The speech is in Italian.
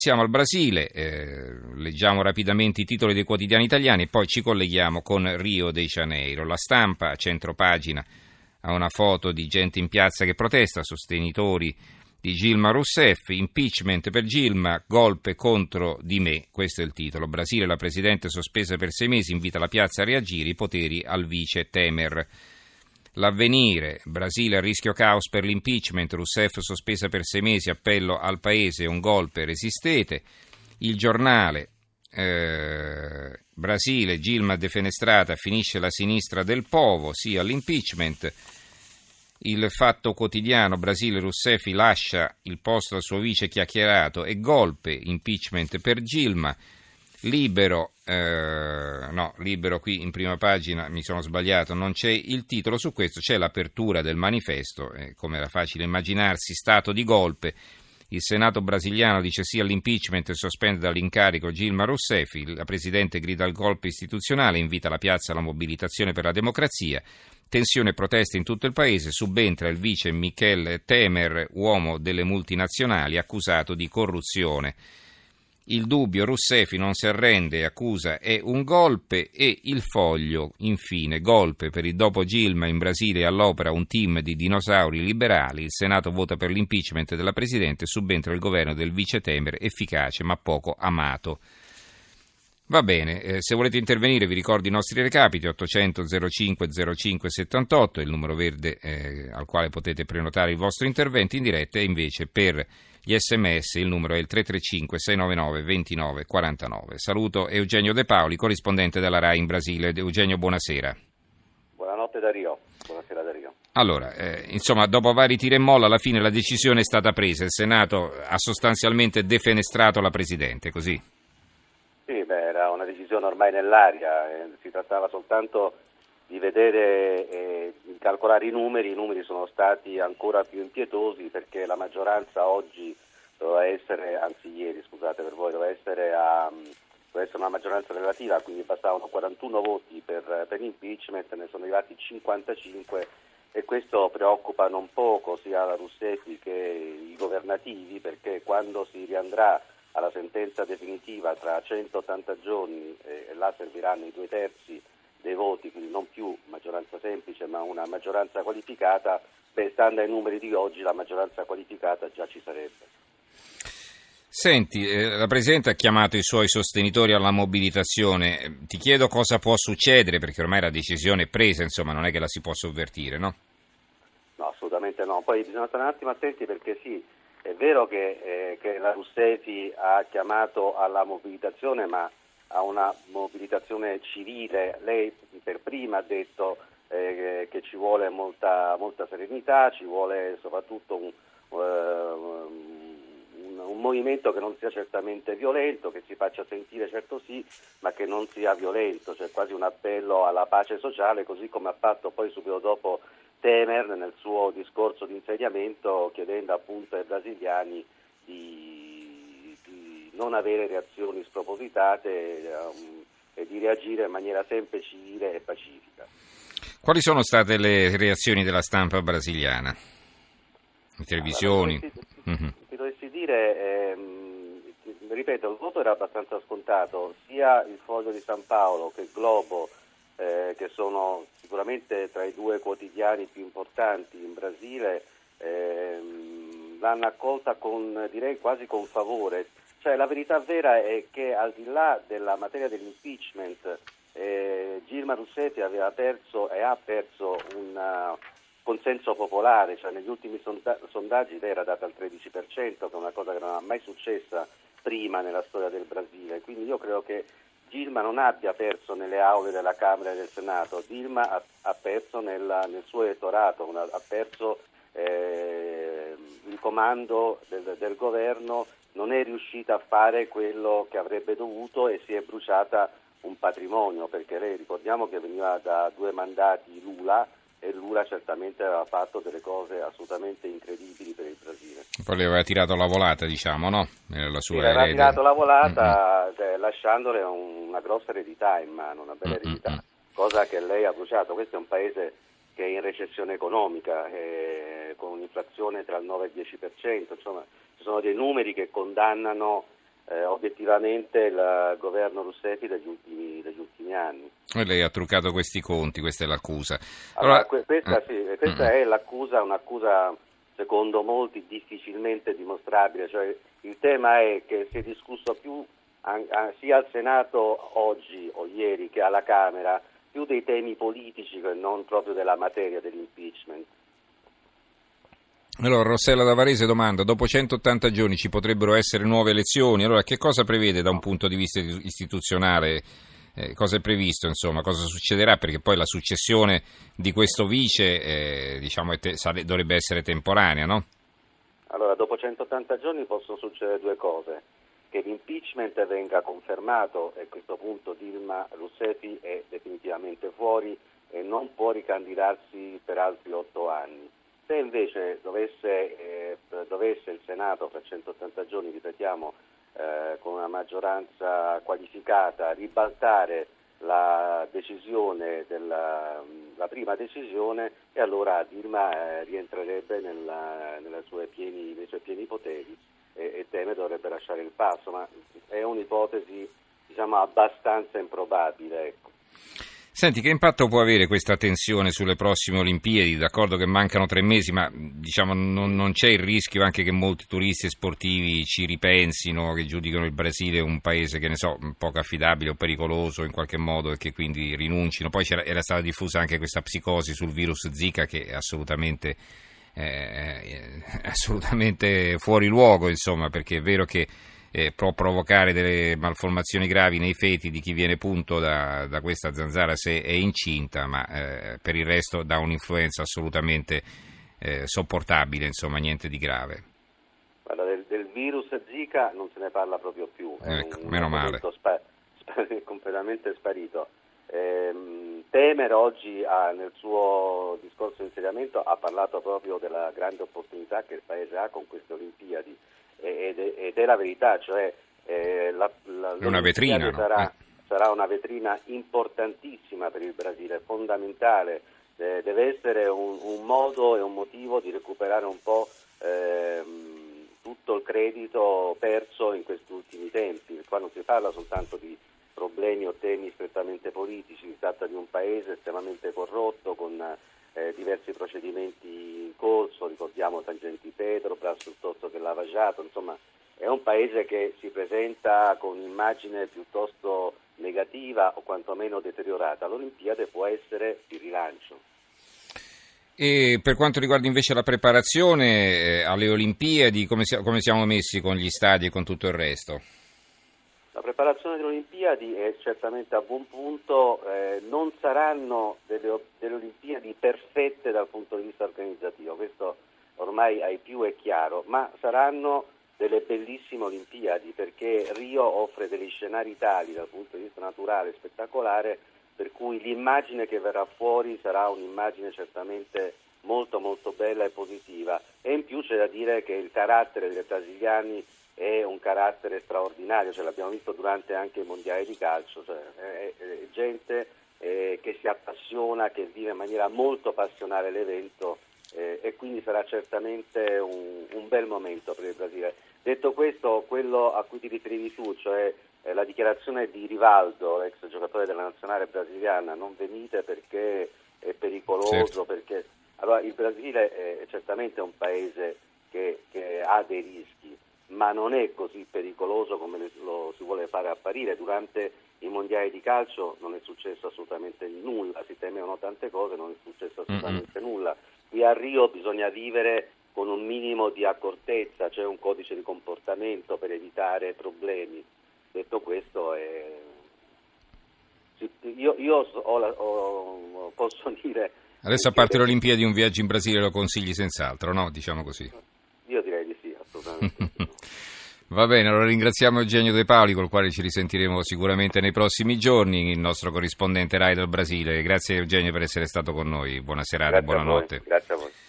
Siamo al Brasile, leggiamo rapidamente i titoli dei quotidiani italiani e poi ci colleghiamo con Rio de Janeiro. La Stampa, a centropagina, ha una foto di gente in piazza che protesta, sostenitori di Dilma Rousseff, impeachment per Dilma, golpe contro di me, questo è il titolo. Brasile, la presidente sospesa per 6 mesi, invita la piazza a reagire, i poteri al vice Temer. L'Avvenire, Brasile a rischio caos per l'impeachment, Rousseff sospesa per 6 mesi, appello al paese, un golpe, resistete. Il Giornale, Brasile, Dilma defenestrata, finisce la sinistra del Povo, sì all'impeachment. Il Fatto Quotidiano, Brasile, Rousseff lascia il posto al suo vice chiacchierato e golpe, impeachment per Dilma. Libero qui in prima pagina, mi sono sbagliato, non c'è il titolo su questo, c'è l'apertura del manifesto, come era facile immaginarsi, stato di golpe. Il Senato brasiliano dice sì all'impeachment e sospende dall'incarico Dilma Rousseff, la Presidente grida al golpe istituzionale, invita la piazza alla mobilitazione per la democrazia, tensione e proteste in tutto il paese, subentra il vice Michel Temer, uomo delle multinazionali, accusato di corruzione. Il Dubbio, Rousseff non si arrende, accusa è un golpe, e Il Foglio, infine, golpe per il dopo Dilma, in Brasile all'opera un team di dinosauri liberali, il Senato vota per l'impeachment della Presidente, subentra il governo del vice Temer, efficace ma poco amato. Va bene, se volete intervenire vi ricordo i nostri recapiti, 800 05 05 78, il numero verde al quale potete prenotare il vostro intervento in diretta, e invece per gli sms il numero è il 335 699 29 49. Saluto Eugenio De Paoli, corrispondente della RAI in Brasile. Eugenio, buonasera. Buonanotte da Rio. Buonasera da Rio. Allora, insomma, dopo vari tiri e molla, alla fine la decisione è stata presa. Il Senato ha sostanzialmente defenestrato la Presidente, così? Sì, era una decisione ormai nell'aria. Si trattava soltanto di vedere e di calcolare i numeri sono stati ancora più impietosi perché la maggioranza oggi doveva essere, anzi ieri scusate per voi, doveva essere una maggioranza relativa, quindi bastavano 41 voti per l'impeachment, ne sono arrivati 55 e questo preoccupa non poco sia la Rousseff che i governativi, perché quando si riandrà alla sentenza definitiva tra 180 giorni e là serviranno i 2/3 dei voti, quindi non più maggioranza semplice ma una maggioranza qualificata, stando ai numeri di oggi la maggioranza qualificata già ci sarebbe. Senti, la Presidente ha chiamato i suoi sostenitori alla mobilitazione, ti chiedo cosa può succedere, perché ormai la decisione è presa, insomma non è che la si può sovvertire, no? No, assolutamente no, poi bisogna stare un attimo attenti perché sì, è vero che la Rousseff ha chiamato alla mobilitazione, ma a una mobilitazione civile. Lei per prima ha detto che ci vuole molta serenità, ci vuole soprattutto un movimento che non sia certamente violento, che si faccia sentire certo sì, ma che non sia violento, cioè quasi un appello alla pace sociale, così come ha fatto poi subito dopo Temer nel suo discorso di insediamento, chiedendo appunto ai brasiliani di non avere reazioni spropositate e di reagire in maniera sempre civile e pacifica. Quali sono state le reazioni della stampa brasiliana? In televisioni? Ti dovessi dire, ripeto, il voto era abbastanza scontato, sia il Foglio di San Paolo che il Globo, che sono sicuramente tra i 2 quotidiani più importanti in Brasile, l'hanno accolta direi quasi con favore. Cioè la verità vera è che al di là della materia dell'impeachment, Dilma Rousseff aveva perso e ha perso un consenso popolare, cioè negli ultimi sondaggi lei era data al 13%, che è una cosa che non è mai successa prima nella storia del Brasile, quindi io credo che Dilma non abbia perso nelle aule della Camera e del Senato, Dilma ha perso nel suo elettorato, ha perso il comando del governo, non è riuscita a fare quello che avrebbe dovuto e si è bruciata un patrimonio, perché lei ricordiamo che veniva da 2 mandati Lula e Lula certamente aveva fatto delle cose assolutamente incredibili per il Brasile. Poi le aveva tirato la volata, diciamo, no? La sua aveva tirato la volata lasciandole una grossa eredità in mano, una bella eredità, cosa che lei ha bruciato. Questo è un paese che è in recessione economica, con un'inflazione tra il 9 e il 10%, insomma ci sono dei numeri che condannano obiettivamente il governo Roussetti degli ultimi anni. E lei ha truccato questi conti, questa è l'accusa. Allora, questa è l'accusa, un'accusa secondo molti difficilmente dimostrabile, cioè il tema è che si è discusso più sia al Senato oggi o ieri che alla Camera più dei temi politici che non proprio della materia dell'impeachment. Allora, Rossella da Varese domanda: dopo 180 giorni ci potrebbero essere nuove elezioni, allora che cosa prevede da un punto di vista istituzionale? Cosa è previsto, insomma, cosa succederà? Perché poi la successione di questo vice dovrebbe essere temporanea, no? Allora, dopo 180 giorni possono succedere due cose: che l'impeachment venga confermato e a questo punto Dilma Roussetti è definitivamente fuori e non può ricandidarsi per altri 8 anni. Se invece dovesse il Senato fra 180 giorni, ripetiamo, con una maggioranza qualificata, ribaltare la decisione la prima decisione, e allora Dilma rientrerebbe nei suoi pieni poteri e teme dovrebbe lasciare il passo, ma è un'ipotesi abbastanza improbabile, ecco. Senti, che impatto può avere questa tensione sulle prossime Olimpiadi? D'accordo che mancano 3 mesi, ma non c'è il rischio anche che molti turisti e sportivi ci ripensino, che giudicano il Brasile un paese, che ne so, poco affidabile o pericoloso in qualche modo, e che quindi rinuncino? Poi era stata diffusa anche questa psicosi sul virus Zika, che è assolutamente fuori luogo, insomma, perché è vero che può provocare delle malformazioni gravi nei feti di chi viene punto da questa zanzara se è incinta, ma per il resto dà un'influenza assolutamente sopportabile, insomma, niente di grave. Guarda, del virus Zika non se ne parla proprio più, meno male. È completamente sparito. Temer oggi nel suo discorso di insediamento ha parlato proprio della grande opportunità che il Paese ha con queste Olimpiadi. Ed è la verità, cioè una vetrina, sarà una vetrina importantissima per il Brasile, fondamentale, deve essere un modo e un motivo di recuperare un po' tutto il credito perso in questi ultimi tempi. Qua non si parla soltanto di problemi o temi strettamente politici, si tratta di un paese estremamente corrotto con diversi procedimenti in corso, ricordiamo Tangenti Petrobras piuttosto che Lava Jato, insomma è un paese che si presenta con un'immagine piuttosto negativa o quantomeno deteriorata. L'Olimpiade può essere il rilancio. E per quanto riguarda invece la preparazione alle Olimpiadi, come siamo messi con gli stadi e con tutto il resto? La preparazione delle Olimpiadi è certamente a buon punto, non saranno delle Olimpiadi perfette dal punto di vista organizzativo, questo ormai ai più è chiaro, ma saranno delle bellissime Olimpiadi, perché Rio offre degli scenari tali dal punto di vista naturale, spettacolare, per cui l'immagine che verrà fuori sarà un'immagine certamente molto molto bella e positiva, e in più c'è da dire che il carattere dei brasiliani è un carattere straordinario, l'abbiamo visto durante anche i mondiali di calcio, è gente che si appassiona, che vive in maniera molto passionale l'evento, e quindi sarà certamente un bel momento per il Brasile. Detto questo, quello a cui ti riferivi tu, cioè la dichiarazione di Rivaldo, ex giocatore della nazionale brasiliana, non venite perché è pericoloso, certo. Perché allora il Brasile è certamente un paese che ha dei rischi, ma non è così pericoloso come lo si vuole fare apparire. Durante i mondiali di calcio non è successo assolutamente nulla, si temevano tante cose, non è successo assolutamente nulla. Qui a Rio bisogna vivere con un minimo di accortezza, c'è un codice di comportamento per evitare problemi. Detto questo, posso dire... Adesso, a parte le Olimpiadi, un viaggio in Brasile lo consigli senz'altro, no? Diciamo così. Io direi di sì, assolutamente. Va bene, allora ringraziamo Eugenio De Paoli, col quale ci risentiremo sicuramente nei prossimi giorni, il nostro corrispondente RAI del Brasile. Grazie Eugenio per essere stato con noi, buona serata e buonanotte. Grazie a voi.